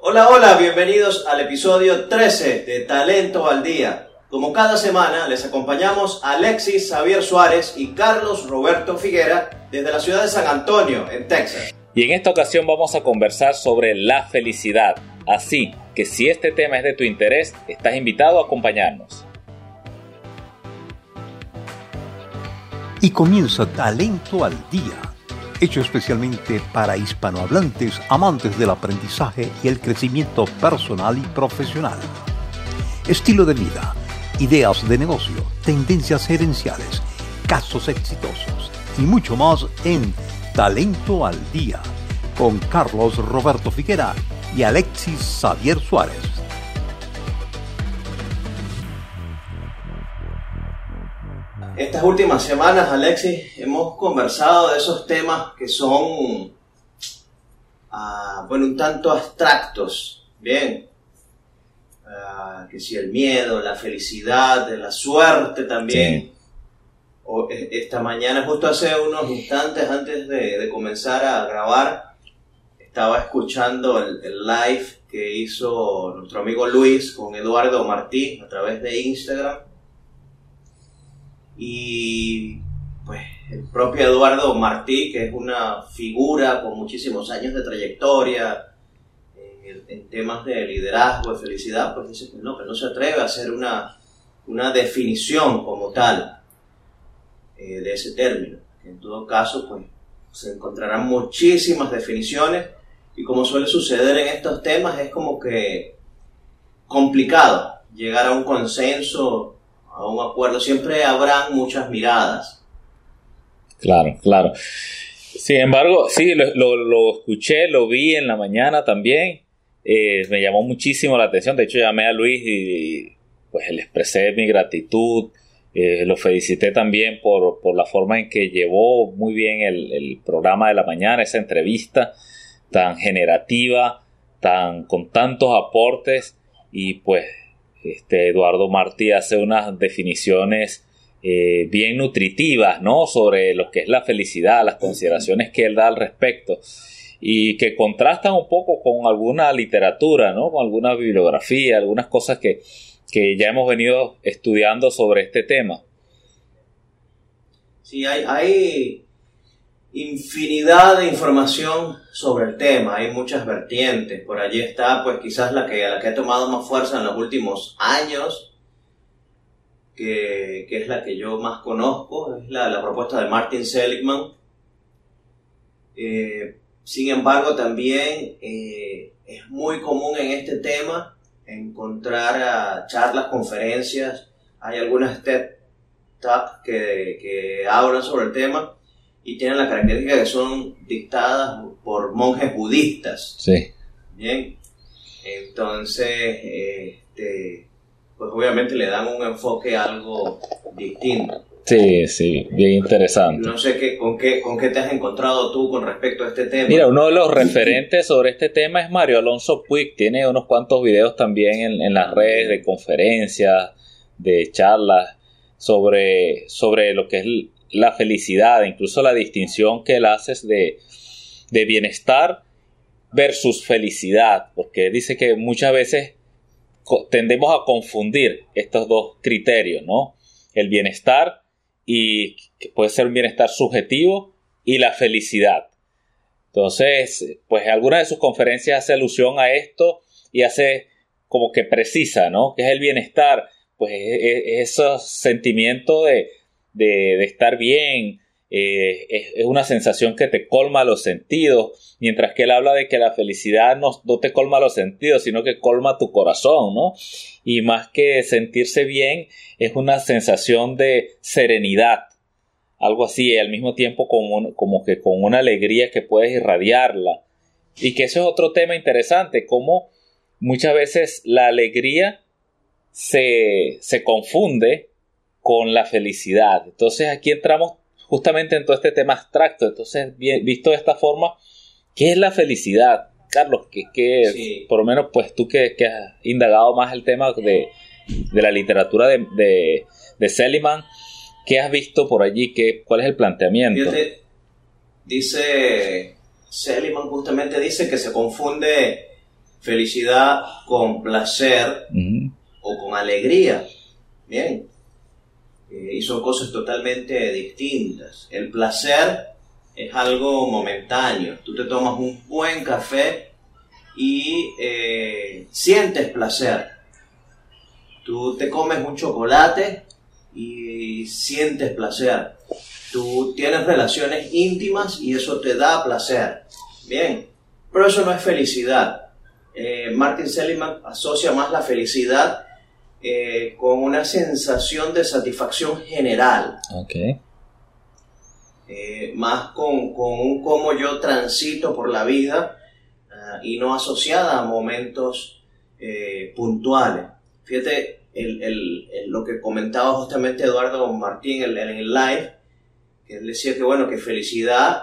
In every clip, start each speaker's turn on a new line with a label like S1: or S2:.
S1: Hola, hola, bienvenidos al episodio 13 de Talento al Día. Como cada semana les acompañamos Alexis Xavier Suárez y Carlos Roberto Figuera desde la ciudad de San Antonio, en Texas.
S2: Y en esta ocasión vamos a conversar sobre la felicidad. Así que si este tema es de tu interés, estás invitado a acompañarnos.
S3: Y comienza Talento al Día, hecho especialmente para hispanohablantes amantes del aprendizaje y el crecimiento personal y profesional. Estilo de vida, ideas de negocio, tendencias gerenciales, casos exitosos y mucho más en Talento al Día, con Carlos Roberto Figuera y Alexis Xavier Suárez.
S1: Estas últimas semanas, Alexis, hemos conversado de esos temas que son, un tanto abstractos, bien, que si el miedo, la felicidad, la suerte también. Sí. Esta mañana, justo hace unos instantes antes de comenzar a grabar, estaba escuchando el live que hizo nuestro amigo Luis con Eduardo Martí a través de Instagram. Y pues el propio Eduardo Martí, que es una figura con muchísimos años de trayectoria en temas de liderazgo, de felicidad, pues dice que no se atreve a hacer una definición como tal de ese término. En todo caso, pues se encontrarán muchísimas definiciones y, como suele suceder en estos temas, es como que complicado llegar a un consenso, a un acuerdo. Siempre habrán muchas miradas.
S2: Claro. Sin embargo, sí, lo escuché, lo vi en la mañana también. Me llamó muchísimo la atención. De hecho, llamé a Luis y pues le expresé mi gratitud. Lo felicité también por la forma en que llevó muy bien el programa de la mañana, esa entrevista tan generativa, con tantos aportes. Y pues Eduardo Martí hace unas definiciones bien nutritivas, ¿no?, sobre lo que es la felicidad, las consideraciones que él da al respecto, y que contrastan un poco con alguna literatura, ¿no?, con alguna bibliografía, algunas cosas que ya hemos venido estudiando sobre este tema.
S1: Sí, hay infinidad de información sobre el tema, hay muchas vertientes. Por allí está, pues quizás la que ha tomado más fuerza en los últimos años, que es la que yo más conozco, es la propuesta de Martin Seligman. Sin embargo, también es muy común en este tema encontrar charlas, conferencias. Hay algunas TED Talks que hablan sobre el tema y tienen la característica que son dictadas por monjes budistas.
S2: Sí.
S1: Bien. Entonces, pues obviamente le dan un enfoque algo distinto.
S2: Sí, bien interesante.
S1: No sé con qué te has encontrado tú con respecto a este tema.
S2: Mira, uno de los referentes sobre este tema es Mario Alonso Puig. Tiene unos cuantos videos también en las redes de conferencias, de charlas sobre lo que es la felicidad, incluso la distinción que él hace de bienestar versus felicidad, porque dice que muchas veces tendemos a confundir estos dos criterios, ¿no? El bienestar, y que puede ser un bienestar subjetivo, y la felicidad. Entonces, pues en alguna de sus conferencias hace alusión a esto y hace como que precisa, ¿no?, que es el bienestar, pues ese sentimiento de estar bien, es una sensación que te colma los sentidos, mientras que él habla de que la felicidad no te colma los sentidos, sino que colma tu corazón, ¿no? Y más que sentirse bien, es una sensación de serenidad, algo así, y al mismo tiempo como que con una alegría que puedes irradiarla. Y que eso es otro tema interesante, como muchas veces la alegría se confunde con la felicidad. Entonces aquí entramos justamente en todo este tema abstracto. Entonces, bien, visto de esta forma, ¿qué es la felicidad? Carlos, sí, por lo menos pues tú que has indagado más el tema de la literatura de Seligman, ¿qué has visto por allí? ¿Cuál es el planteamiento?
S1: Fíjate, dice Seligman, justamente dice que se confunde felicidad con placer o con alegría. Bien. Y son cosas totalmente distintas. El placer es algo momentáneo. Tú te tomas un buen café y sientes placer. Tú te comes un chocolate y sientes placer. Tú tienes relaciones íntimas y eso te da placer. Bien, pero eso no es felicidad. Martin Seligman asocia más la felicidad con una sensación de satisfacción general.
S2: Okay.
S1: Más con un cómo yo transito por la vida y no asociada a momentos puntuales. Fíjate lo que comentaba justamente Eduardo Martín en el live, que él decía que bueno, que felicidad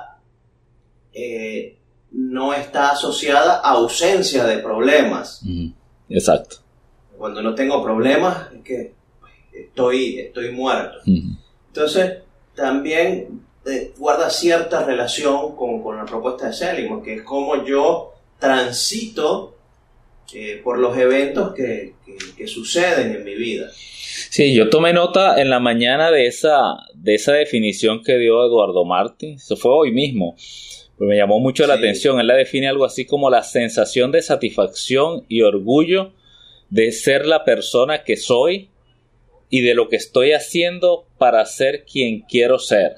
S1: no está asociada a ausencia de problemas.
S2: Exacto.
S1: Cuando no tengo problemas es que estoy muerto. Entonces también guarda cierta relación con la propuesta de Seligman, que es cómo yo transito por los eventos que suceden en mi vida.
S2: Sí, yo tomé nota en la mañana de esa definición que dio Eduardo Martí. Eso fue hoy mismo, pues me llamó mucho la atención. Él la define algo así como la sensación de satisfacción y orgullo de ser la persona que soy y de lo que estoy haciendo para ser quien quiero ser.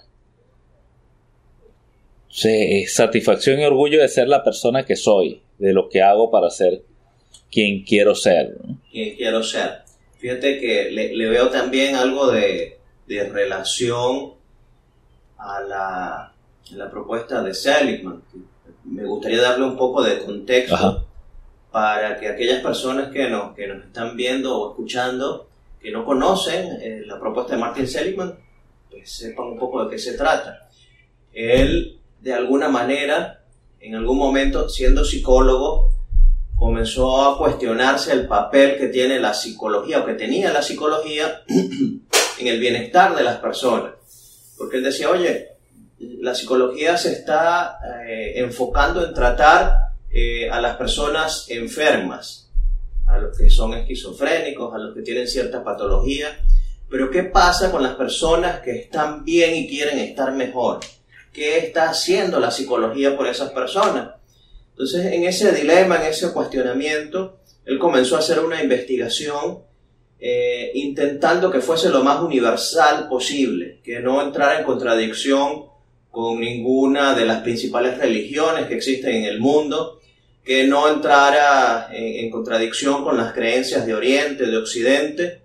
S2: Sí, satisfacción y orgullo de ser la persona que soy, de lo que hago para ser quien quiero ser, ¿no?
S1: Quien quiero ser. Fíjate que le veo también algo de relación a la propuesta de Seligman. Me gustaría darle un poco de contexto. Ajá. Para que aquellas personas que nos están viendo o escuchando, que no conocen la propuesta de Martin Seligman, pues sepan un poco de qué se trata. Él, de alguna manera, en algún momento, siendo psicólogo, comenzó a cuestionarse el papel que tiene la psicología, o que tenía la psicología, en el bienestar de las personas. Porque él decía, oye, la psicología se está enfocando en tratar a las personas enfermas, a los que son esquizofrénicos, a los que tienen cierta patología. Pero ¿qué pasa con las personas que están bien y quieren estar mejor? ¿Qué está haciendo la psicología por esas personas? Entonces, en ese dilema, en ese cuestionamiento, él comenzó a hacer una investigación intentando que fuese lo más universal posible, que no entrara en contradicción con ninguna de las principales religiones que existen en el mundo, que no entrara en contradicción con las creencias de Oriente, de Occidente.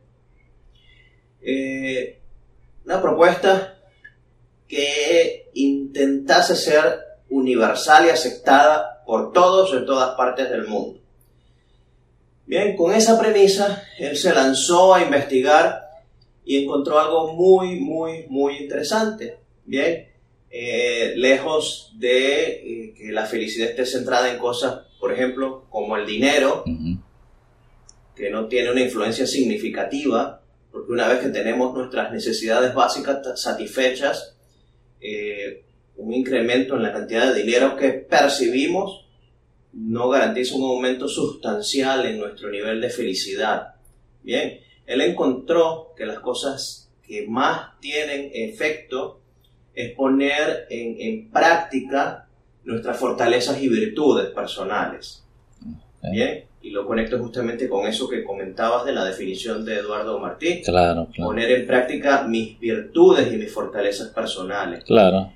S1: Una propuesta que intentase ser universal y aceptada por todos en todas partes del mundo. Bien, con esa premisa, él se lanzó a investigar y encontró algo muy, muy, muy interesante. Bien, lejos de que la felicidad esté centrada en cosas, por ejemplo, como el dinero, que no tiene una influencia significativa, porque una vez que tenemos nuestras necesidades básicas satisfechas, un incremento en la cantidad de dinero que percibimos no garantiza un aumento sustancial en nuestro nivel de felicidad. Bien, él encontró que las cosas que más tienen efecto es poner en práctica nuestras fortalezas y virtudes personales. Bien, y lo conecto justamente con eso que comentabas de la definición de Eduardo Martí.
S2: Claro.
S1: Poner en práctica mis virtudes y mis fortalezas personales.
S2: Claro.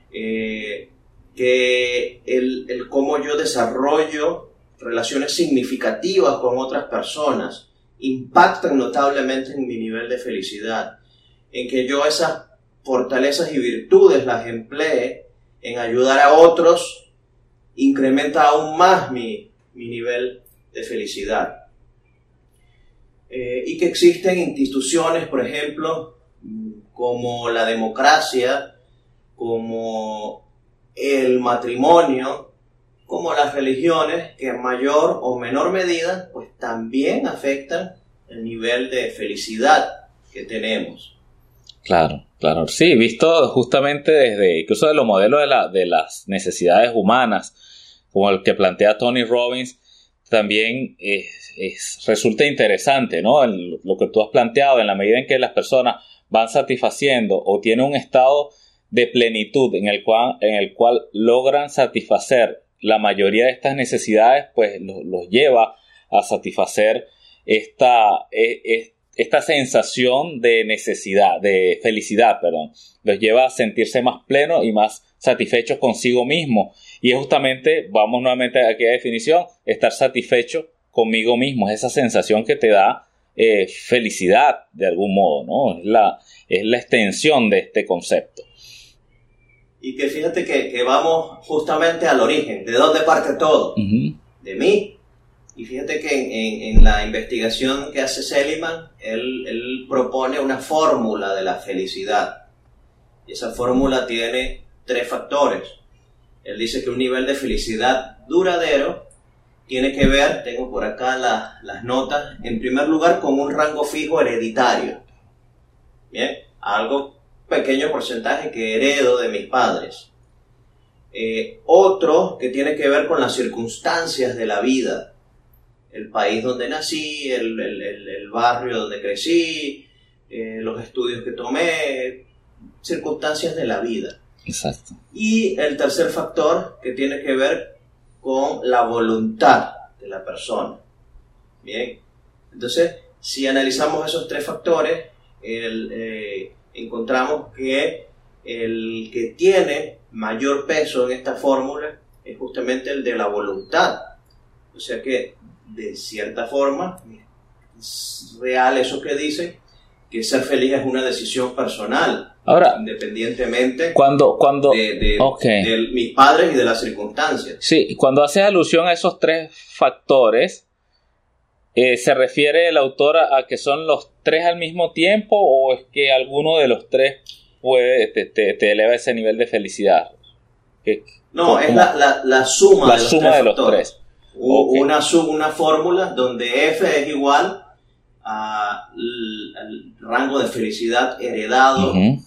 S1: Que el cómo yo desarrollo relaciones significativas con otras personas impactan notablemente en mi nivel de felicidad. En que yo esas fortalezas y virtudes las emplee en ayudar a otros, incrementa aún más mi nivel de felicidad. Y que existen instituciones, por ejemplo, como la democracia, como el matrimonio, como las religiones, que en mayor o menor medida pues también afectan el nivel de felicidad que tenemos.
S2: Claro. Sí, visto justamente desde incluso de los modelos de las necesidades humanas, como el que plantea Tony Robbins, también resulta interesante, ¿no? Lo que tú has planteado, en la medida en que las personas van satisfaciendo o tienen un estado de plenitud en el cual logran satisfacer la mayoría de estas necesidades, pues los lleva a satisfacer esta sensación de felicidad, los lleva a sentirse más plenos y más satisfechos consigo mismo. Y es justamente, vamos nuevamente a aquella definición, estar satisfecho conmigo mismo, es esa sensación que te da felicidad de algún modo, ¿no? Es la extensión de este concepto.
S1: Y que fíjate que vamos justamente al origen, ¿de dónde parte todo? Uh-huh. De mí. Y fíjate que en la investigación que hace Seligman, él propone una fórmula de la felicidad. Y esa fórmula tiene 3 factores. Él dice que un nivel de felicidad duradero tiene que ver, tengo por acá las notas, en primer lugar con un rango fijo hereditario. Bien, algo pequeño porcentaje que heredo de mis padres. Otro que tiene que ver con las circunstancias de la vida. El país donde nací, el barrio donde crecí, los estudios que tomé, circunstancias de la vida.
S2: Exacto.
S1: Y el tercer factor que tiene que ver con la voluntad de la persona. Bien, entonces si analizamos esos 3 factores, encontramos que el que tiene mayor peso en esta fórmula es justamente el de la voluntad. O sea que de cierta forma es real eso que dice, que ser feliz es una decisión personal.
S2: Ahora,
S1: independientemente
S2: de
S1: mis padres y de las circunstancias.
S2: Sí, cuando haces alusión a esos 3 factores, ¿se refiere el autor a que son los 3 al mismo tiempo o es que alguno de los 3 te eleva ese nivel de felicidad?
S1: No, es la suma
S2: de los 3.
S1: Okay. Una fórmula donde F es igual al rango de felicidad heredado, uh-huh,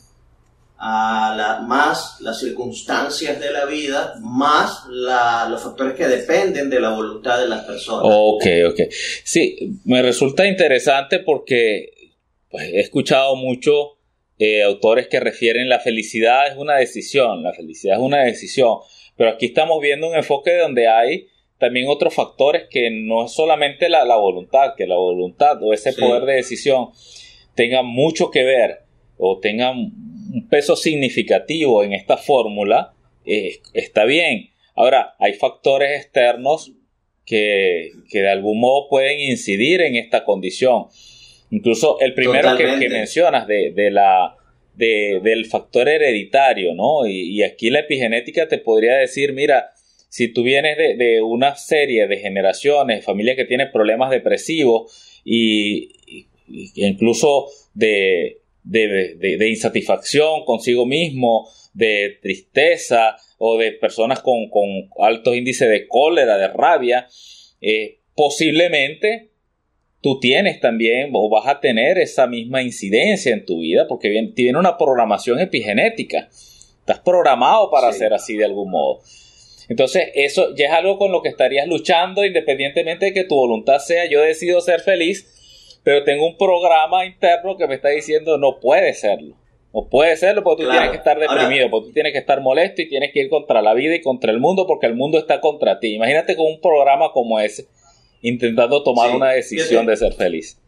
S1: más las circunstancias de la vida, más los factores que dependen de la voluntad de las personas.
S2: Ok. Sí, me resulta interesante porque pues, he escuchado mucho autores que refieren la felicidad es una decisión, pero aquí estamos viendo un enfoque donde hay también otros factores que no es solamente la voluntad, que la voluntad o ese poder de decisión tenga mucho que ver o tenga un peso significativo en esta fórmula, está bien. Ahora, hay factores externos que de algún modo pueden incidir en esta condición. Incluso el primero que mencionas del factor hereditario, ¿no? Y aquí la epigenética te podría decir, mira, si tú vienes de una serie de generaciones, familias que tienen problemas depresivos y incluso de insatisfacción consigo mismo, de tristeza o de personas con altos índices de cólera, de rabia, posiblemente tú tienes también o vas a tener esa misma incidencia en tu vida porque tiene una programación epigenética. Estás programado para ser así de algún modo. Entonces, eso ya es algo con lo que estarías luchando independientemente de que tu voluntad sea yo decido ser feliz, pero tengo un programa interno que me está diciendo no puede serlo. No puede serlo porque tú tienes que estar deprimido, porque tú tienes que estar molesto y tienes que ir contra la vida y contra el mundo porque el mundo está contra ti. Imagínate con un programa como ese intentando tomar una decisión de ser feliz.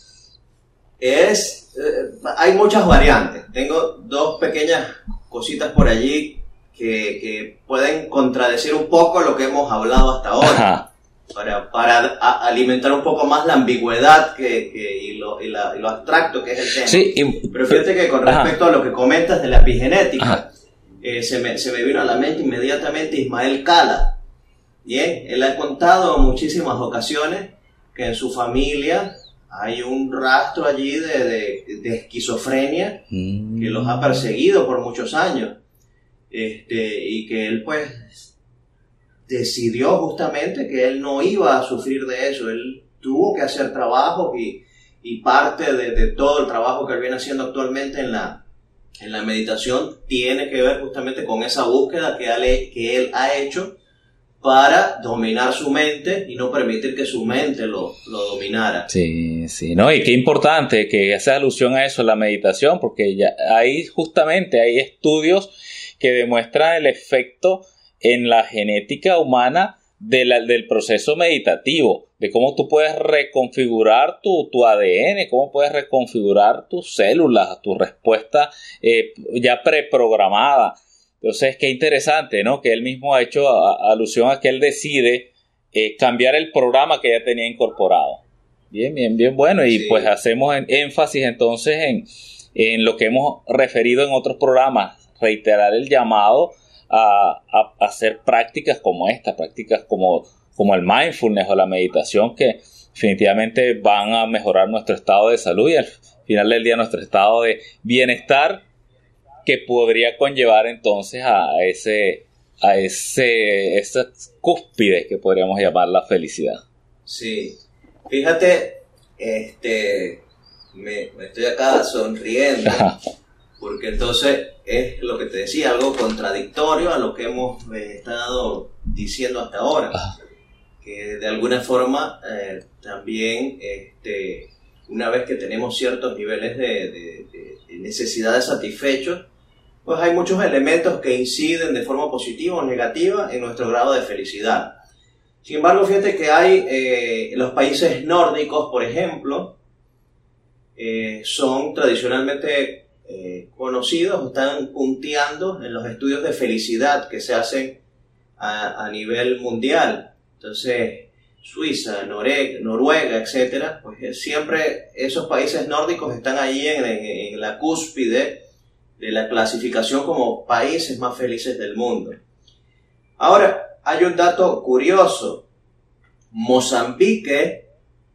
S1: Hay muchas variantes. Tengo 2 pequeñas cositas por allí que pueden contradecir un poco lo que hemos hablado hasta ahora, para alimentar un poco más la ambigüedad y lo abstracto que es el tema.
S2: Sí,
S1: pero fíjate que con respecto a lo que comentas de la epigenética, se me vino a la mente inmediatamente Ismael Cala. Bien, él ha contado en muchísimas ocasiones que en su familia hay un rastro allí de esquizofrenia que los ha perseguido por muchos años. Y que él pues decidió justamente que él no iba a sufrir de eso. Él tuvo que hacer trabajo y parte de todo el trabajo que él viene haciendo actualmente en la meditación tiene que ver justamente con esa búsqueda que él ha hecho para dominar su mente y no permitir que su mente lo dominara.
S2: Sí, sí, ¿no? Y qué importante que hace alusión a eso, la meditación, porque ya hay estudios que demuestran el efecto en la genética humana del proceso meditativo, de cómo tú puedes reconfigurar tu ADN, cómo puedes reconfigurar tus células, tu respuesta ya preprogramada. Entonces, qué interesante, ¿no? Que él mismo ha hecho alusión a que él decide cambiar el programa que ya tenía incorporado. Bien, bien, bien bueno. Y sí, pues hacemos énfasis entonces en lo que hemos referido en otros programas, reiterar el llamado a hacer prácticas como esta, prácticas como el mindfulness o la meditación, que definitivamente van a mejorar nuestro estado de salud y al final del día nuestro estado de bienestar, que podría conllevar entonces a esa cúspide que podríamos llamar la felicidad.
S1: Sí, fíjate, me estoy acá sonriendo. Porque entonces es lo que te decía, algo contradictorio a lo que hemos estado diciendo hasta ahora. Que de alguna forma también una vez que tenemos ciertos niveles de necesidades satisfechos, pues hay muchos elementos que inciden de forma positiva o negativa en nuestro grado de felicidad. Sin embargo, fíjate que hay los países nórdicos, por ejemplo, son tradicionalmente conocidos, están punteando en los estudios de felicidad que se hacen a nivel mundial. Entonces, Suiza, Noruega, etcétera, pues siempre esos países nórdicos están allí en la cúspide de la clasificación como países más felices del mundo. Ahora, hay un dato curioso. Mozambique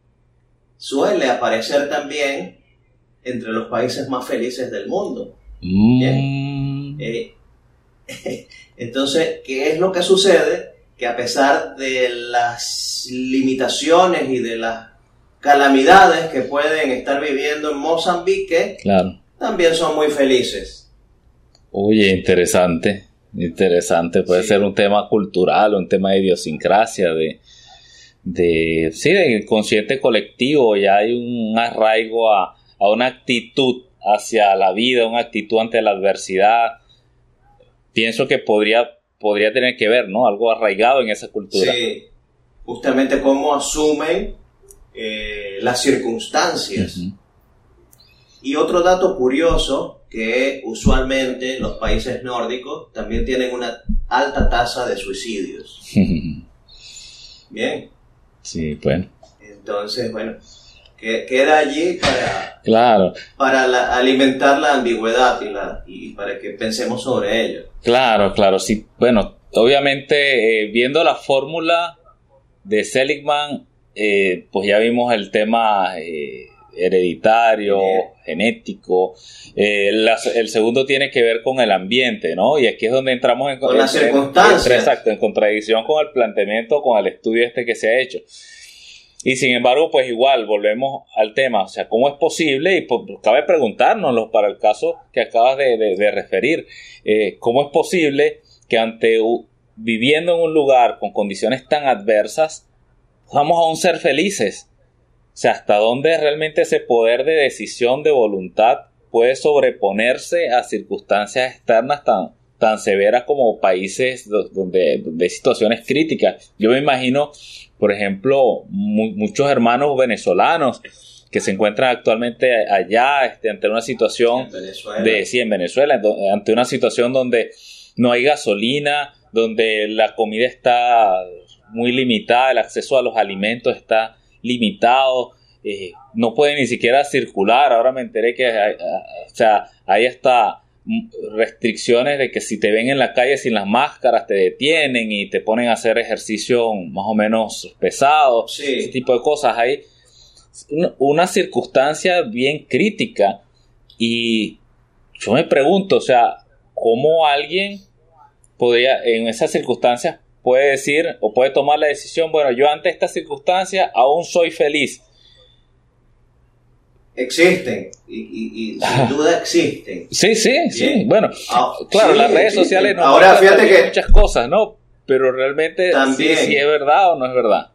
S1: suele aparecer también entre los países más felices del mundo. Bien. Entonces, ¿qué es lo que sucede? Que a pesar de las limitaciones y de las calamidades que pueden estar viviendo en Mozambique, claro, también son muy felices.
S2: Oye, interesante. Puede ser un tema cultural, un tema de idiosincrasia, de inconsciente colectivo. Ya hay un arraigo a una actitud hacia la vida, una actitud ante la adversidad. Pienso que podría tener que ver, ¿no? Algo arraigado en esa cultura.
S1: Sí, justamente cómo asumen las circunstancias. Uh-huh. Y otro dato curioso, que usualmente los países nórdicos también tienen una alta tasa de suicidios. Bien.
S2: Sí, bueno.
S1: Entonces, bueno, queda allí para alimentar la ambigüedad y para que pensemos sobre ello.
S2: Claro, sí. Bueno, obviamente, viendo la fórmula de Seligman, pues ya vimos el tema hereditario, genético. El segundo tiene que ver con el ambiente, ¿no? Y aquí es donde entramos
S1: con las circunstancias.
S2: Exacto, en contradicción con el planteamiento, con el estudio que se ha hecho. Y sin embargo, pues igual, volvemos al tema, o sea, ¿cómo es posible? Y pues, cabe preguntárnoslo para el caso que acabas de referir. ¿Cómo es posible que viviendo en un lugar con condiciones tan adversas, vamos aún ser felices? O sea, ¿hasta dónde realmente ese poder de decisión, de voluntad, puede sobreponerse a circunstancias externas tan severas como países donde hay situaciones críticas? Yo me imagino, por ejemplo, muchos hermanos venezolanos que se encuentran actualmente allá ante una situación en Venezuela, ante una situación donde no hay gasolina, donde la comida está muy limitada, el acceso a los alimentos está limitado, no pueden ni siquiera circular. Ahora me enteré que hay hasta restricciones de que si te ven en la calle sin las máscaras te detienen y te ponen a hacer ejercicio más o menos pesado. Sí. Ese tipo de cosas. Hay una circunstancia bien crítica y yo me pregunto, o sea, ¿cómo alguien podría en esas circunstancias puede decir o puede tomar la decisión, bueno, yo ante esta circunstancia aún soy feliz?
S1: Existen y sin duda existen.
S2: Sí. Bueno, claro, las redes sociales nos
S1: ahora fíjate que
S2: muchas cosas, ¿no? pero realmente
S1: también,
S2: si es verdad o no es verdad.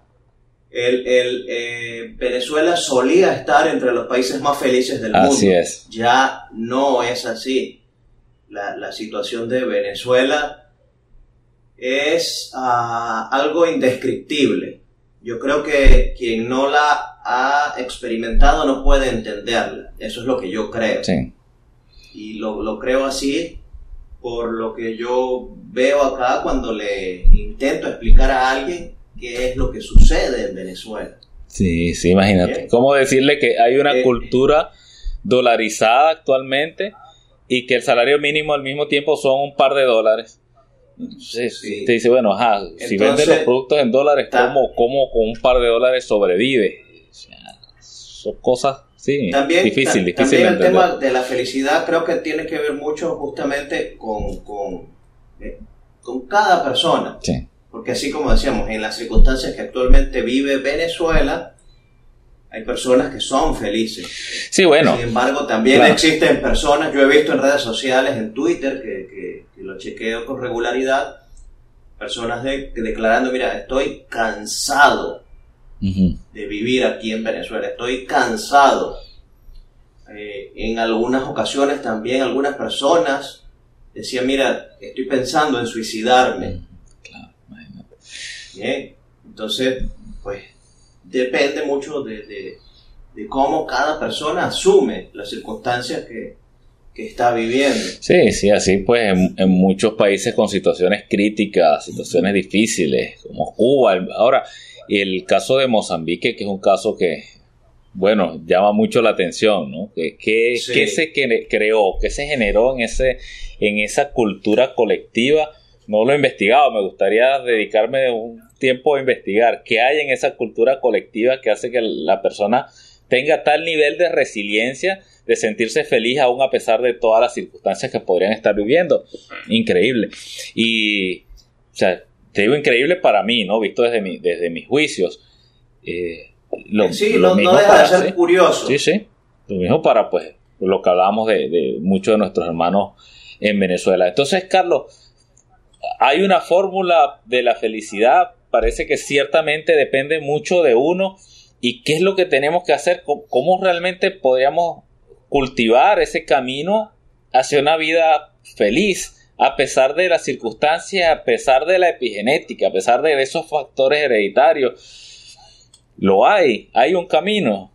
S1: Venezuela solía estar entre los países más felices del mundo.
S2: Así es.
S1: Ya no es así. La situación de Venezuela es algo indescriptible. Yo creo que quien no la ha experimentado no puede entenderla. Eso es lo que yo creo.
S2: Sí.
S1: Y lo creo así por lo que yo veo acá cuando le intento explicar a alguien qué es lo que sucede en Venezuela.
S2: Sí, imagínate.
S1: Bien.
S2: ¿Cómo decirle que hay una cultura dolarizada actualmente y que el salario mínimo al mismo tiempo son un par de dólares? Sí. Te dice, bueno, si vende los productos en dólares, ¿cómo con un par de dólares sobrevive? O sea, son cosas, difíciles.
S1: También el tema de la felicidad creo que tiene que ver mucho justamente con cada persona.
S2: Sí.
S1: Porque así como decíamos, en las circunstancias que actualmente vive Venezuela, hay personas que son felices.
S2: Sí, bueno.
S1: Sin embargo, también existen personas, yo he visto en redes sociales, en Twitter, que lo chequeo con regularidad, personas declarando, mira, estoy cansado de vivir aquí en Venezuela, estoy cansado. En algunas ocasiones también algunas personas decían, mira, estoy pensando en suicidarme. Bien, entonces, pues, depende mucho de cómo cada persona asume las circunstancias que está viviendo.
S2: Sí, así pues en muchos países con situaciones críticas, situaciones difíciles, como Cuba. Ahora, el caso de Mozambique, que es un caso que, bueno, llama mucho la atención, ¿no? ¿Qué se creó, qué se generó en esa cultura colectiva? No lo he investigado, me gustaría dedicarme un tiempo a investigar qué hay en esa cultura colectiva que hace que la persona tenga tal nivel de resiliencia, de sentirse feliz aún a pesar de todas las circunstancias que podrían estar viviendo. Increíble. Y, o sea, te digo increíble para mí, ¿no? Visto desde mis juicios.
S1: No deja de ser curioso.
S2: Sí. Lo mismo para, pues, lo que hablábamos de muchos de nuestros hermanos en Venezuela. Entonces, Carlos, hay una fórmula de la felicidad, parece que ciertamente depende mucho de uno. ¿Y qué es lo que tenemos que hacer? ¿Cómo realmente podríamos cultivar ese camino hacia una vida feliz, a pesar de las circunstancias, a pesar de la epigenética, a pesar de esos factores hereditarios? Hay un camino.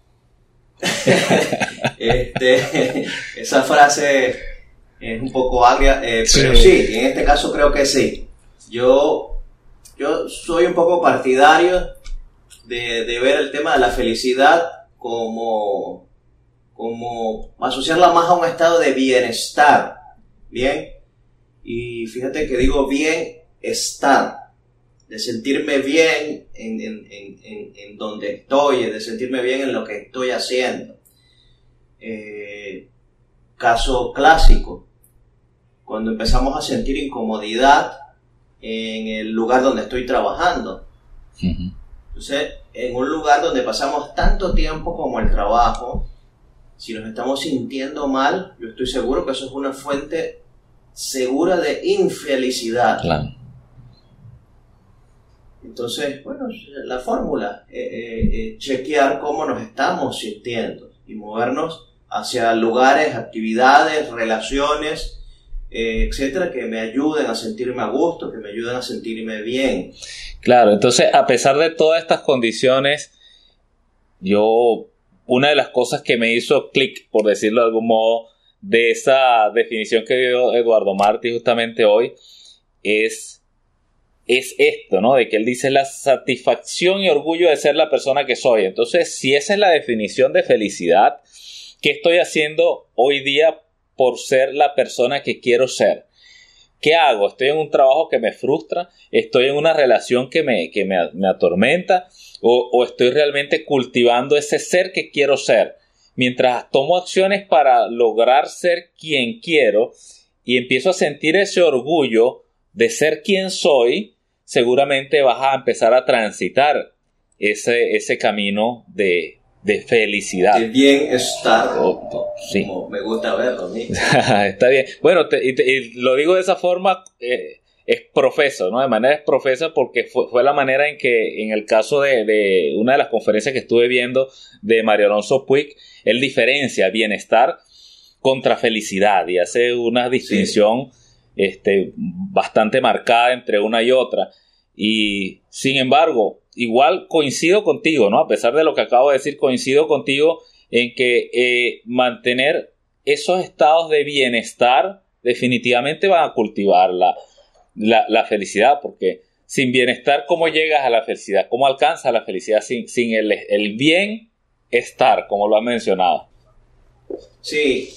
S1: Esa frase es un poco agria, pero sí, en este caso creo que sí. Yo soy un poco partidario de ver el tema de la felicidad como asociarla más a un estado de bienestar, ¿bien? Y fíjate que digo bienestar, de sentirme bien en donde estoy, de sentirme bien en lo que estoy haciendo. Caso clásico, cuando empezamos a sentir incomodidad en el lugar donde estoy trabajando.
S2: Uh-huh.
S1: Entonces, en un lugar donde pasamos tanto tiempo como el trabajo, si nos estamos sintiendo mal, yo estoy seguro que eso es una fuente segura de infelicidad.
S2: Claro.
S1: Entonces, bueno, la fórmula, chequear cómo nos estamos sintiendo y movernos hacia lugares, actividades, relaciones, etcétera, que me ayuden a sentirme a gusto, que me ayuden a sentirme bien.
S2: Claro, entonces, a pesar de todas estas condiciones, una de las cosas que me hizo clic, por decirlo de algún modo, de esa definición que dio Eduardo Martí justamente hoy, es esto, ¿no? De que él dice la satisfacción y orgullo de ser la persona que soy. Entonces, si esa es la definición de felicidad, ¿qué estoy haciendo hoy día por ser la persona que quiero ser? ¿Qué hago? ¿Estoy en un trabajo que me frustra? ¿Estoy en una relación que me atormenta? ¿O estoy realmente cultivando ese ser que quiero ser? Mientras tomo acciones para lograr ser quien quiero y empiezo a sentir ese orgullo de ser quien soy, seguramente vas a empezar a transitar ese camino de felicidad.
S1: De bienestar.
S2: Sí.
S1: Como me gusta verlo a mí.
S2: Está bien. Bueno, y lo digo de esa forma es profeso, ¿no? De manera es profesa porque fue la manera en que, en el caso de una de las conferencias que estuve viendo de Mario Alonso Puig, él diferencia bienestar contra felicidad y hace una distinción bastante marcada entre una y otra. Y sin embargo, igual coincido contigo, ¿no? A pesar de lo que acabo de decir, coincido contigo en que mantener esos estados de bienestar definitivamente van a cultivar la felicidad, porque sin bienestar, ¿cómo llegas a la felicidad? ¿Cómo alcanzas la felicidad sin el bienestar, como lo has mencionado?
S1: Sí,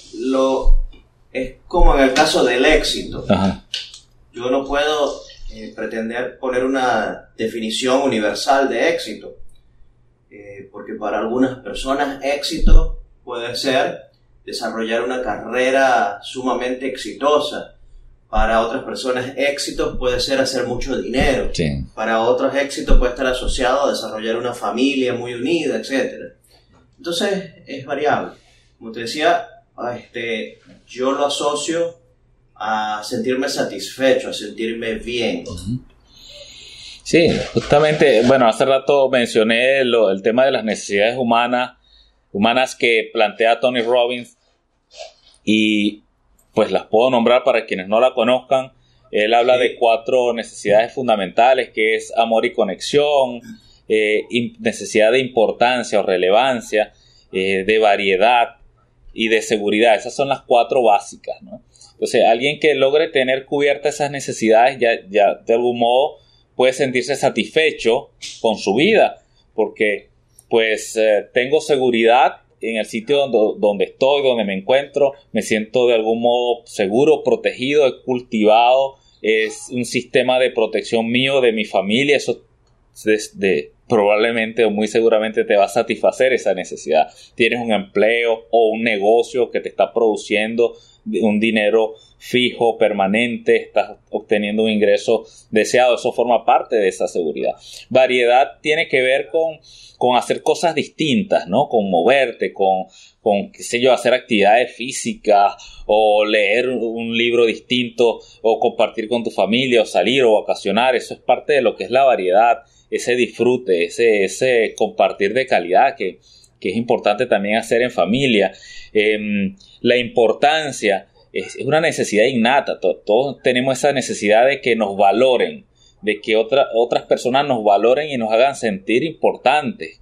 S1: es como en el caso del éxito.
S2: Ajá.
S1: Yo no puedo pretender poner una definición universal de éxito, porque para algunas personas éxito puede ser desarrollar una carrera sumamente exitosa. Para otras personas éxito puede ser hacer mucho dinero.
S2: Sí.
S1: Para otros éxito puede estar asociado a desarrollar una familia muy unida, etc. Entonces es variable. Como te decía, yo lo asocio a sentirme satisfecho, a sentirme bien.
S2: Sí, justamente, bueno, hace rato mencioné el tema de las necesidades humanas que plantea Tony Robbins, y pues las puedo nombrar para quienes no la conozcan. Él habla de 4 necesidades fundamentales, que es amor y conexión, necesidad de importancia o relevancia, de variedad y de seguridad. Esas son las 4 básicas, ¿no? Entonces, alguien que logre tener cubiertas esas necesidades ya de algún modo puede sentirse satisfecho con su vida, porque pues tengo seguridad en el sitio donde estoy, donde me encuentro, me siento de algún modo seguro, protegido, he cultivado, es un sistema de protección mío, de mi familia. Eso probablemente o muy seguramente te va a satisfacer esa necesidad. Tienes un empleo o un negocio que te está produciendo un dinero fijo, permanente, estás obteniendo un ingreso deseado, eso forma parte de esa seguridad. Variedad tiene que ver con hacer cosas distintas, ¿no? Con moverte, con qué sé yo, hacer actividades físicas o leer un libro distinto o compartir con tu familia o salir o vacacionar. Eso es parte de lo que es la variedad, ese disfrute, ese compartir de calidad que es importante también hacer en familia. La importancia es una necesidad innata. Todos tenemos esa necesidad de que nos valoren, de que otras personas nos valoren y nos hagan sentir importantes.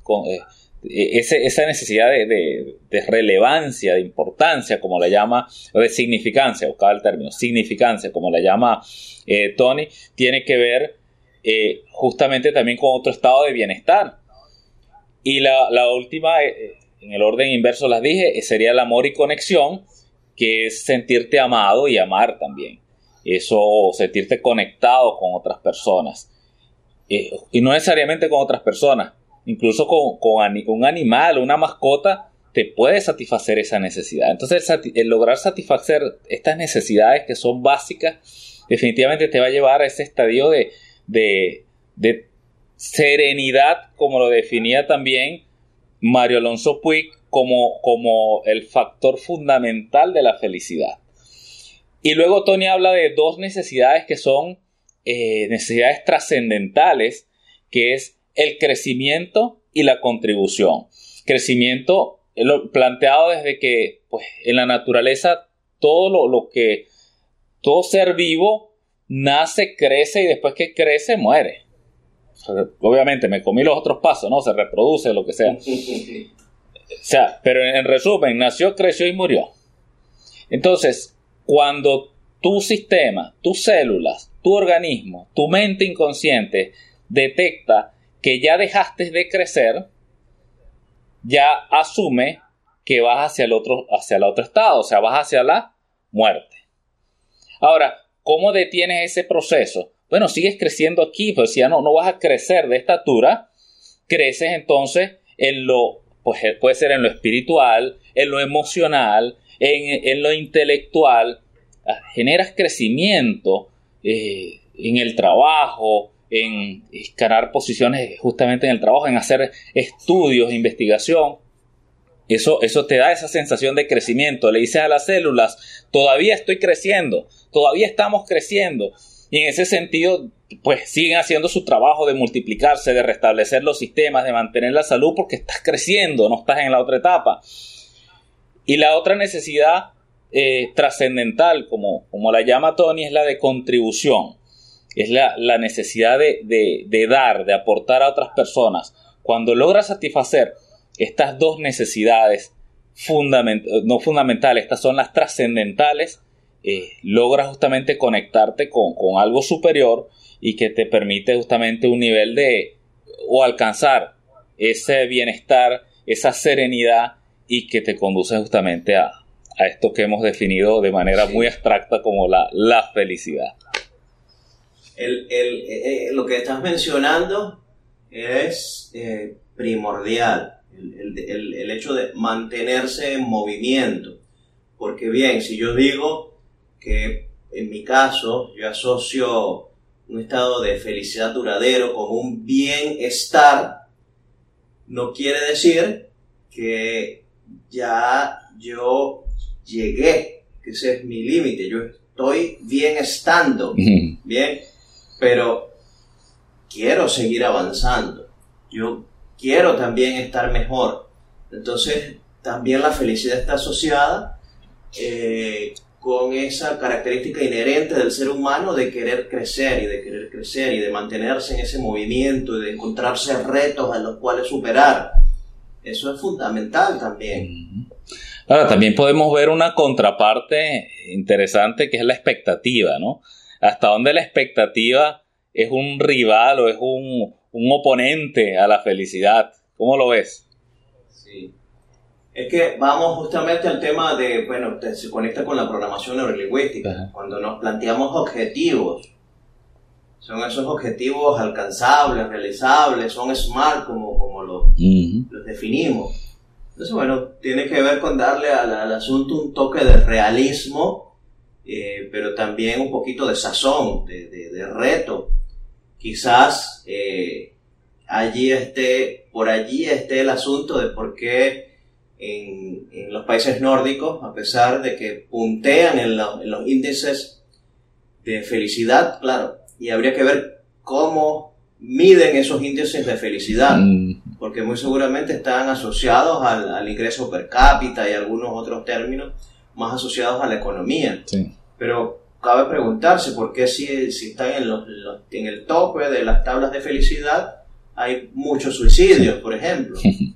S2: Esa necesidad de relevancia, de importancia, como la llama, o de significancia, buscaba el término, significancia, como la llama Tony, tiene que ver justamente también con otro estado de bienestar. Y la última, en el orden inverso las dije, sería el amor y conexión, que es sentirte amado y amar también. Eso, sentirte conectado con otras personas. Y no necesariamente con otras personas, incluso con un animal o una mascota te puede satisfacer esa necesidad. Entonces, el lograr satisfacer estas necesidades que son básicas, definitivamente te va a llevar a ese estadio de serenidad, como lo definía también Mario Alonso Puig, como el factor fundamental de la felicidad. Y luego Tony habla de 2 necesidades que son necesidades trascendentales, que es el crecimiento y la contribución. Crecimiento planteado desde que pues, en la naturaleza todo todo ser vivo nace, crece y después que crece muere. Obviamente me comí los otros pasos, ¿no? Se reproduce, lo que sea. O sea, pero en resumen, nació, creció y murió. Entonces, cuando tu sistema, tus células, tu organismo, tu mente inconsciente detecta que ya dejaste de crecer, ya asume que vas hacia el otro estado, o sea, vas hacia la muerte. Ahora, ¿cómo detienes ese proceso? Bueno, sigues creciendo aquí, pero si ya no vas a crecer de estatura, creces entonces pues puede ser en lo espiritual, en lo emocional, en lo intelectual. Generas crecimiento en el trabajo, en ganar posiciones justamente en el trabajo, en hacer estudios, investigación. Eso te da esa sensación de crecimiento. Le dices a las células, todavía estoy creciendo, todavía estamos creciendo. Y en ese sentido, pues siguen haciendo su trabajo de multiplicarse, de restablecer los sistemas, de mantener la salud, porque estás creciendo, no estás en la otra etapa. Y la otra necesidad trascendental, como la llama Tony, es la de contribución. Es la necesidad de dar, de aportar a otras personas. Cuando logras satisfacer estas dos necesidades no fundamentales, estas son las trascendentales, logras justamente conectarte con algo superior y que te permite justamente un nivel o alcanzar ese bienestar, esa serenidad, y que te conduce justamente a esto que hemos definido de manera muy abstracta como la felicidad.
S1: Lo que estás mencionando es primordial, el hecho de mantenerse en movimiento, porque bien, si yo digo que en mi caso yo asocio un estado de felicidad duradero con un bienestar, no quiere decir que ya yo llegué, que ese es mi límite, yo estoy bien estando, bien, pero quiero seguir avanzando, yo quiero también estar mejor. Entonces también la felicidad está asociada con esa característica inherente del ser humano de querer crecer y de mantenerse en ese movimiento y de encontrarse retos a los cuales superar. Eso es fundamental también.
S2: Ahora, también podemos ver una contraparte interesante, que es la expectativa, ¿no? Hasta dónde la expectativa es un rival o es un oponente a la felicidad. ¿Cómo lo ves?
S1: Sí. Es que vamos justamente al tema de, se conecta con la programación neurolingüística. Ajá. Cuando nos planteamos objetivos, son esos objetivos alcanzables, realizables, son SMART como los definimos. Entonces, tiene que ver con darle al asunto un toque de realismo, pero también un poquito de sazón, de reto. Quizás por allí esté el asunto de por qué en los países nórdicos, a pesar de que puntean en los índices de felicidad, claro, y habría que ver cómo miden esos índices de felicidad, porque muy seguramente están asociados al ingreso per cápita y algunos otros términos más asociados a la economía. Sí. Pero cabe preguntarse por qué si están en el tope de las tablas de felicidad hay muchos suicidios, por ejemplo.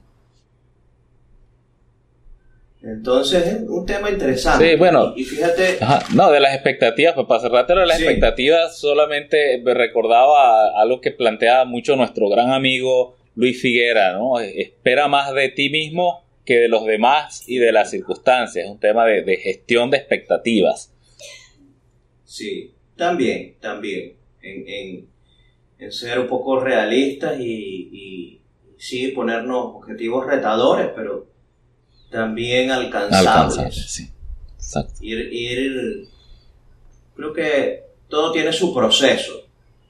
S1: Entonces es un tema interesante.
S2: Sí, bueno.
S1: Y fíjate.
S2: No, de las expectativas, pues para cerrarte de las expectativas, solamente me recordaba algo que plantea mucho nuestro gran amigo Luis Figuera, ¿no? Espera más de ti mismo que de los demás y de las circunstancias. Es un tema de gestión de expectativas.
S1: Sí, también. En ser un poco realistas y sí ponernos objetivos retadores, pero también alcanzables.
S2: Sí. Exacto.
S1: Creo que todo tiene su proceso.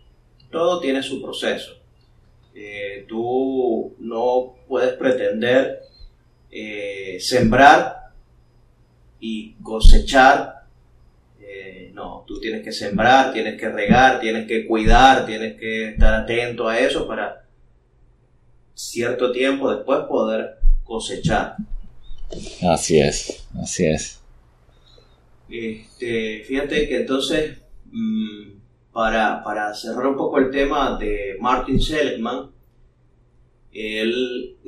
S1: Tú no puedes pretender sembrar y cosechar. No, tú tienes que sembrar, tienes que regar, tienes que cuidar, tienes que estar atento a eso para cierto tiempo después poder cosechar.
S2: Así es.
S1: Fíjate que entonces, para cerrar un poco el tema de Martin Seligman, él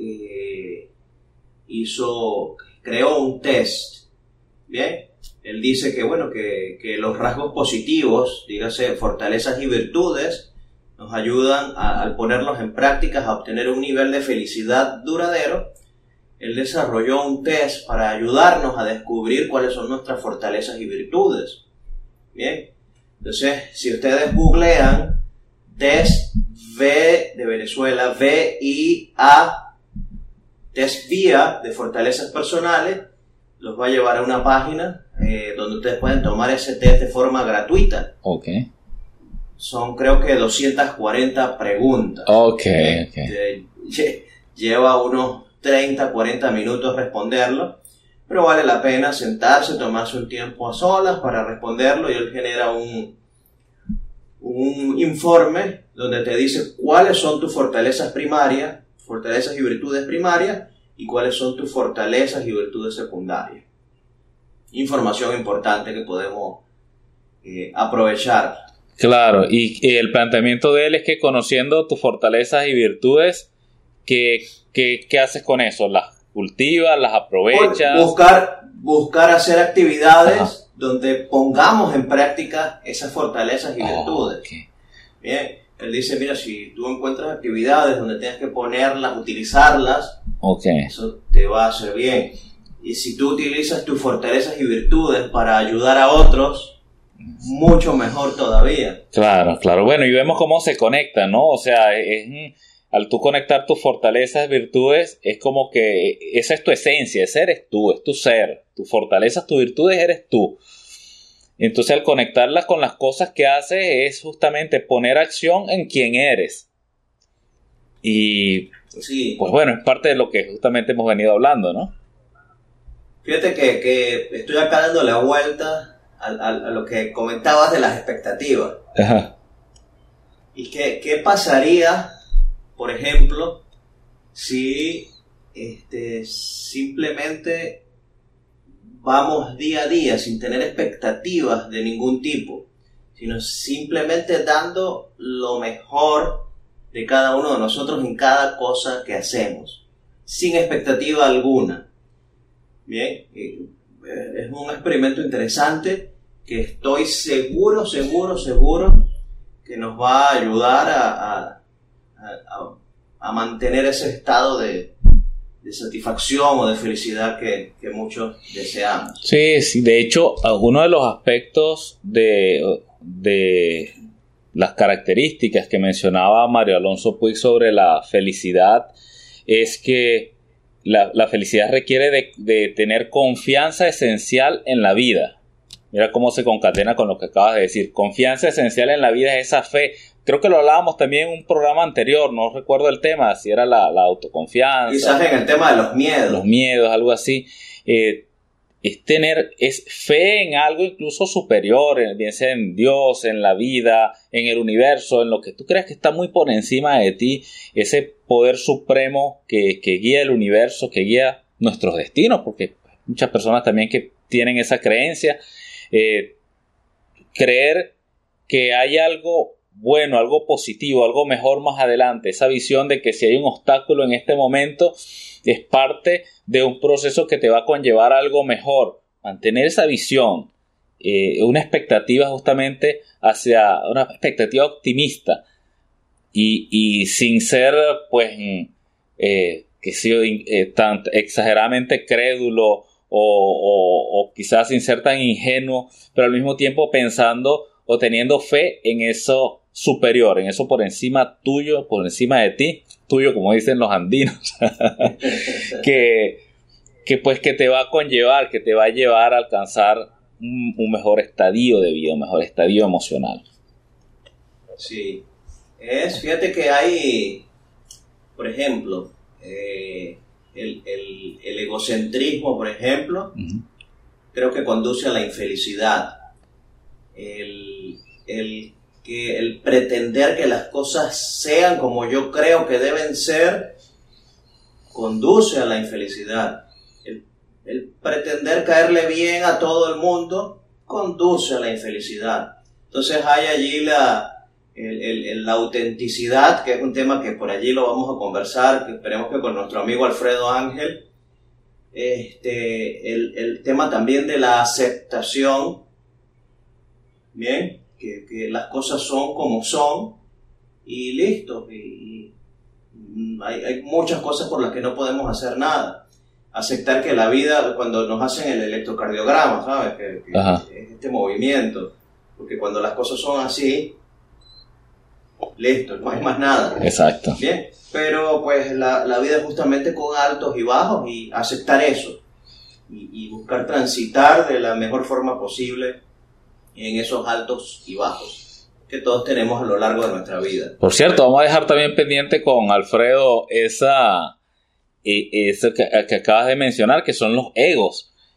S1: creó un test, ¿bien? Él dice que los rasgos positivos, dígase fortalezas y virtudes, nos ayudan al ponerlos en prácticas a obtener un nivel de felicidad duradero. Él desarrolló un test para ayudarnos a descubrir cuáles son nuestras fortalezas y virtudes. Bien, entonces si ustedes googlean test V de Venezuela, VIA, test VIA de fortalezas personales, los va a llevar a una página donde ustedes pueden tomar ese test de forma gratuita.
S2: Okay.
S1: Son creo que 240 preguntas.
S2: Okay.
S1: Lleva unos 30, 40 minutos responderlo, pero vale la pena sentarse, tomarse un tiempo a solas para responderlo, y él genera un informe donde te dice cuáles son tus fortalezas primarias, fortalezas y virtudes primarias, y cuáles son tus fortalezas y virtudes secundarias. Información importante que podemos aprovechar.
S2: Claro, y el planteamiento de él es que conociendo tus fortalezas y virtudes, ¿qué haces con eso? ¿Las cultivas, las aprovechas?
S1: Buscar hacer actividades donde pongamos en práctica esas fortalezas y virtudes.
S2: Okay.
S1: Bien, él dice, mira, si tú encuentras actividades donde tengas que ponerlas, utilizarlas, eso te va a hacer bien. Y si tú utilizas tus fortalezas y virtudes para ayudar a otros, mucho mejor todavía.
S2: Claro. Bueno, y vemos cómo se conecta, ¿no? O sea, al tú conectar tus fortalezas, virtudes, es como que esa es tu esencia, ese eres tú, es tu ser. Tus fortalezas, tus virtudes, eres tú. Entonces, al conectarlas con las cosas que haces, es justamente poner acción en quién eres. Y,
S1: sí,
S2: pues bueno, es parte de lo que justamente hemos venido hablando, ¿no?
S1: Fíjate que estoy acá dando la vuelta a lo que comentabas de las expectativas.
S2: Ajá.
S1: ¿Y qué pasaría, por ejemplo, si simplemente vamos día a día sin tener expectativas de ningún tipo, sino simplemente dando lo mejor de cada uno de nosotros en cada cosa que hacemos, sin expectativa alguna? Bien, es un experimento interesante que estoy seguro que nos va a ayudar a mantener ese estado de satisfacción o de felicidad que muchos deseamos.
S2: Sí, de hecho, uno de los aspectos de las características que mencionaba Mario Alonso Puig sobre la felicidad es que la felicidad requiere de tener confianza esencial en la vida. Mira cómo se concatena con lo que acabas de decir. Confianza esencial en la vida es esa fe. Creo que lo hablábamos también en un programa anterior, no recuerdo el tema, si era la autoconfianza.
S1: Quizás en el tema de los miedos.
S2: Los miedos, algo así. Es fe en algo incluso superior, bien sea en Dios, en la vida, en el universo, en lo que tú creas que está muy por encima de ti, ese poder supremo que guía el universo, que guía nuestros destinos, porque hay muchas personas también que tienen esa creencia. Creer que hay algo bueno, algo positivo, algo mejor más adelante, esa visión de que si hay un obstáculo en este momento es parte de un proceso que te va a conllevar a algo mejor. Mantener esa visión, una expectativa justamente hacia una expectativa optimista y sin ser pues tan exageradamente crédulo o quizás sin ser tan ingenuo, pero al mismo tiempo pensando o teniendo fe en eso superior, en eso por encima tuyo, por encima de ti, tuyo como dicen los andinos, que te va a conllevar, que te va a llevar a alcanzar un mejor estadio de vida, un mejor estadio emocional.
S1: Sí, fíjate que hay, por ejemplo, el egocentrismo, por ejemplo, creo que conduce a la infelicidad. El pretender que las cosas sean como yo creo que deben ser conduce a la infelicidad. El pretender caerle bien a todo el mundo conduce a la infelicidad. Entonces hay allí la autenticidad, que es un tema que por allí lo vamos a conversar, que esperemos que con nuestro amigo Alfredo Ángel, el tema también de la aceptación, bien, que las cosas son como son y listo, y hay muchas cosas por las que no podemos hacer nada. Aceptar que la vida, cuando nos hacen el electrocardiograma, ¿sabes? Que es este movimiento, porque cuando las cosas son así, listo, no hay más nada.
S2: Exacto.
S1: Bien, pero pues la vida es justamente con altos y bajos, y aceptar eso y buscar transitar de la mejor forma posible en esos altos y bajos que todos tenemos a lo largo de nuestra vida.
S2: Por cierto, vamos a dejar también pendiente con Alfredo eso que acabas de mencionar, que son los egos,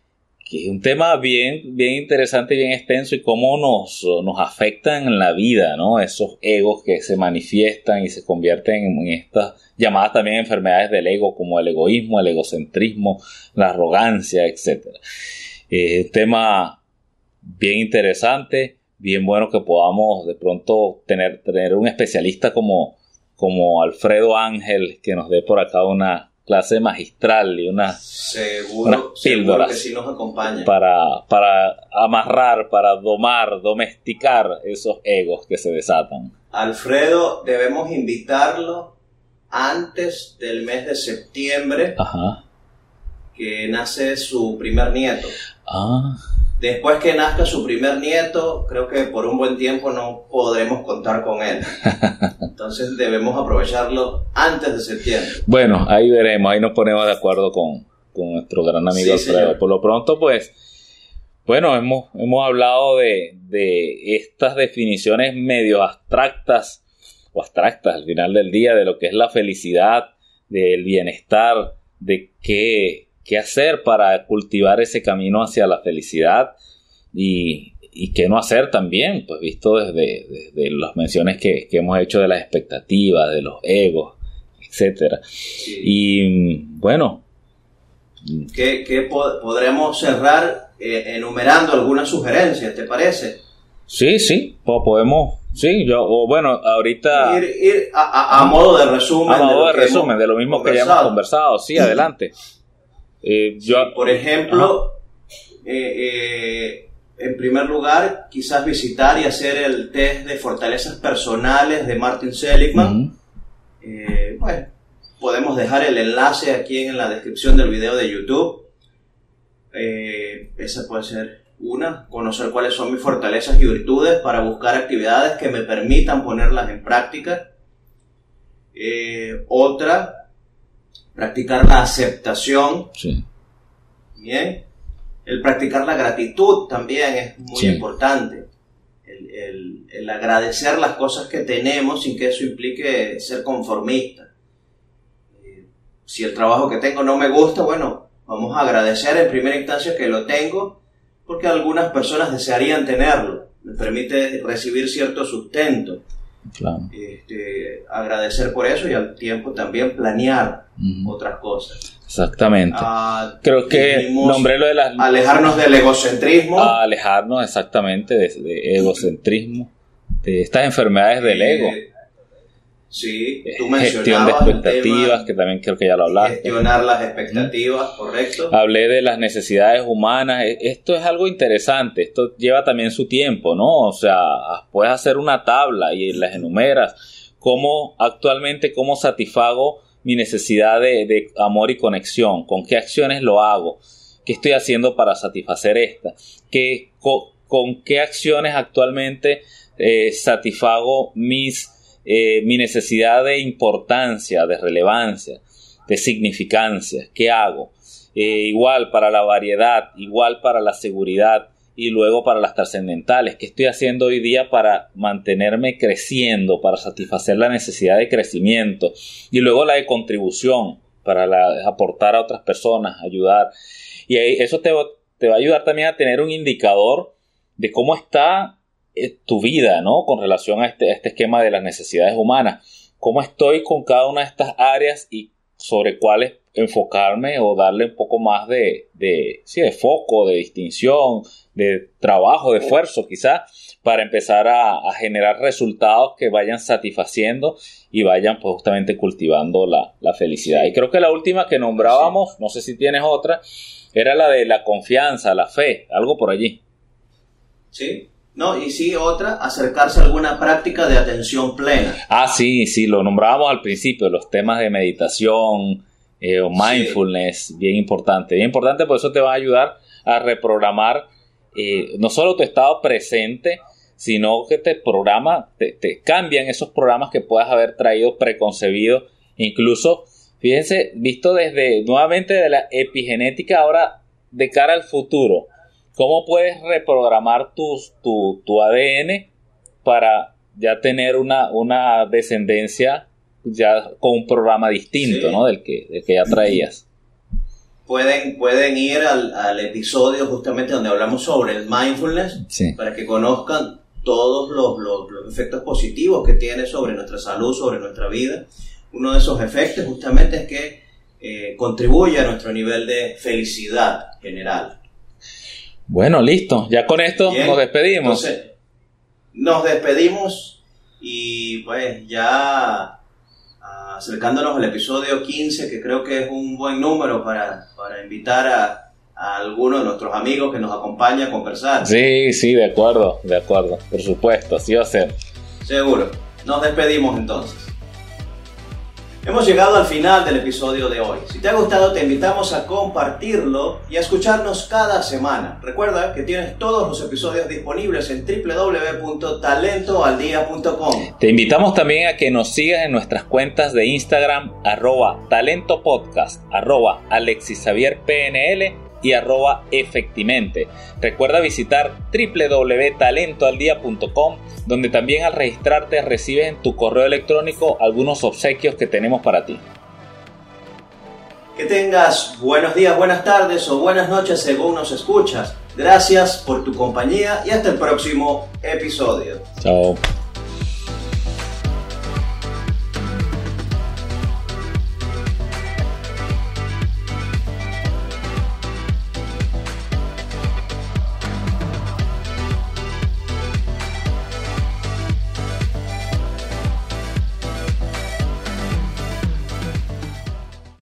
S2: que es un tema bien, bien interesante y bien extenso, y cómo nos afectan en la vida, ¿no? Esos egos que se manifiestan y se convierten en estas llamadas también enfermedades del ego, como el egoísmo, el egocentrismo, la arrogancia, etc. Un tema bien interesante, bien bueno que podamos de pronto tener un especialista como Alfredo Ángel, que nos dé por acá una clase magistral y unas píldoras
S1: que sí nos acompaña
S2: para amarrar, para domesticar esos egos que se desatan.
S1: Alfredo, debemos invitarlo antes del mes de septiembre.
S2: Ajá.
S1: Que nace su primer nieto.
S2: Ah.
S1: Después que nazca su primer nieto, creo que por un buen tiempo no podremos contar con él. Entonces debemos aprovecharlo antes de septiembre.
S2: Bueno, ahí veremos, ahí nos ponemos de acuerdo con nuestro gran amigo Alfredo.
S1: Señor.
S2: Por lo pronto, pues, bueno, hemos hablado de estas definiciones medio abstractas al final del día, de lo que es la felicidad, del bienestar, de qué hacer para cultivar ese camino hacia la felicidad y qué no hacer también, pues visto desde las menciones que hemos hecho de las expectativas, de los egos, etcétera.
S1: Sí.
S2: Y bueno,
S1: ¿Qué podremos cerrar enumerando algunas sugerencias, te parece?
S2: Sí, podemos, sí, ahorita
S1: Ir a modo de resumen.
S2: de lo mismo que ya hemos conversado, sí, adelante.
S1: Por ejemplo, en primer lugar, quizás visitar y hacer el test de fortalezas personales de Martin Seligman. Bueno, podemos dejar el enlace aquí en la descripción del video de YouTube. Esa puede ser una, conocer cuáles son mis fortalezas y virtudes para buscar actividades que me permitan ponerlas en práctica. Otra, practicar la aceptación.
S2: Sí.
S1: Bien. El practicar la gratitud también es muy importante. El agradecer las cosas que tenemos sin que eso implique ser conformista. Si el trabajo que tengo no me gusta, bueno, vamos a agradecer en primera instancia que lo tengo, porque algunas personas desearían tenerlo. Me permite recibir cierto sustento.
S2: Claro.
S1: Agradecer por eso y al tiempo también planear otras cosas.
S2: Exactamente. Creo que nombré lo de las...
S1: Alejarnos del egocentrismo.
S2: Alejarnos exactamente de egocentrismo, de estas enfermedades del ego.
S1: Sí, tú
S2: gestión de expectativas, que también creo que ya lo hablaste.
S1: Gestionar las expectativas, correcto.
S2: Hablé de las necesidades humanas. Esto es algo interesante. Esto lleva también su tiempo, ¿no? O sea, puedes hacer una tabla y las enumeras. Cómo satisfago mi necesidad de amor y conexión, con qué acciones lo hago, qué estoy haciendo para satisfacer esta, con qué acciones actualmente satisfago mi necesidad de importancia, de relevancia, de significancia, qué hago, igual para la variedad, igual para la seguridad y luego para las trascendentales, qué estoy haciendo hoy día para mantenerme creciendo, para satisfacer la necesidad de crecimiento, y luego la de contribución, para aportar a otras personas, ayudar, y eso te va a ayudar también a tener un indicador de cómo está tu vida, ¿no? Con relación a este esquema de las necesidades humanas, cómo estoy con cada una de estas áreas y sobre cuáles enfocarme o darle un poco más de foco, de distinción, de trabajo, de esfuerzo quizás, para empezar a generar resultados que vayan satisfaciendo y vayan pues justamente cultivando la felicidad. Y creo que la última que nombrábamos, no sé si tienes otra, era la de la confianza, la fe, algo por allí.
S1: Sí. No, y sí, otra, acercarse a alguna práctica de atención plena.
S2: Sí, lo nombrábamos al principio, los temas de meditación o mindfulness, bien importante, por eso te va a ayudar a reprogramar no solo tu estado presente, sino que te cambian esos programas que puedas haber traído preconcebidos, incluso, fíjense, visto nuevamente de la epigenética ahora de cara al futuro. ¿Cómo puedes reprogramar tu ADN para ya tener una descendencia ya con un programa distinto, ¿no? del que ya traías?
S1: pueden ir al episodio justamente donde hablamos sobre el mindfulness,
S2: sí,
S1: para que conozcan todos los efectos positivos que tiene sobre nuestra salud, sobre nuestra vida. Uno de esos efectos justamente es que contribuye a nuestro nivel de felicidad general.
S2: Bueno, listo. Ya con esto
S1: Bien,
S2: nos despedimos.
S1: Entonces, nos despedimos y pues ya acercándonos al episodio 15, que creo que es un buen número para invitar a alguno de nuestros amigos que nos acompaña a conversar.
S2: Sí, de acuerdo, por supuesto, así va a ser.
S1: Seguro. Nos despedimos entonces. Hemos llegado al final del episodio de hoy. Si te ha gustado, te invitamos a compartirlo y a escucharnos cada semana. Recuerda que tienes todos los episodios disponibles en www.talentoaldia.com.
S2: Te invitamos también a que nos sigas en nuestras cuentas de Instagram, @talentopodcast, @alexisxavierpnl y @efectivamente. Recuerda visitar www.talentoaldia.com, donde también al registrarte recibes en tu correo electrónico algunos obsequios que tenemos para ti.
S1: Que tengas buenos días, buenas tardes o buenas noches según nos escuchas. Gracias por tu compañía y hasta el próximo episodio.
S2: Chao.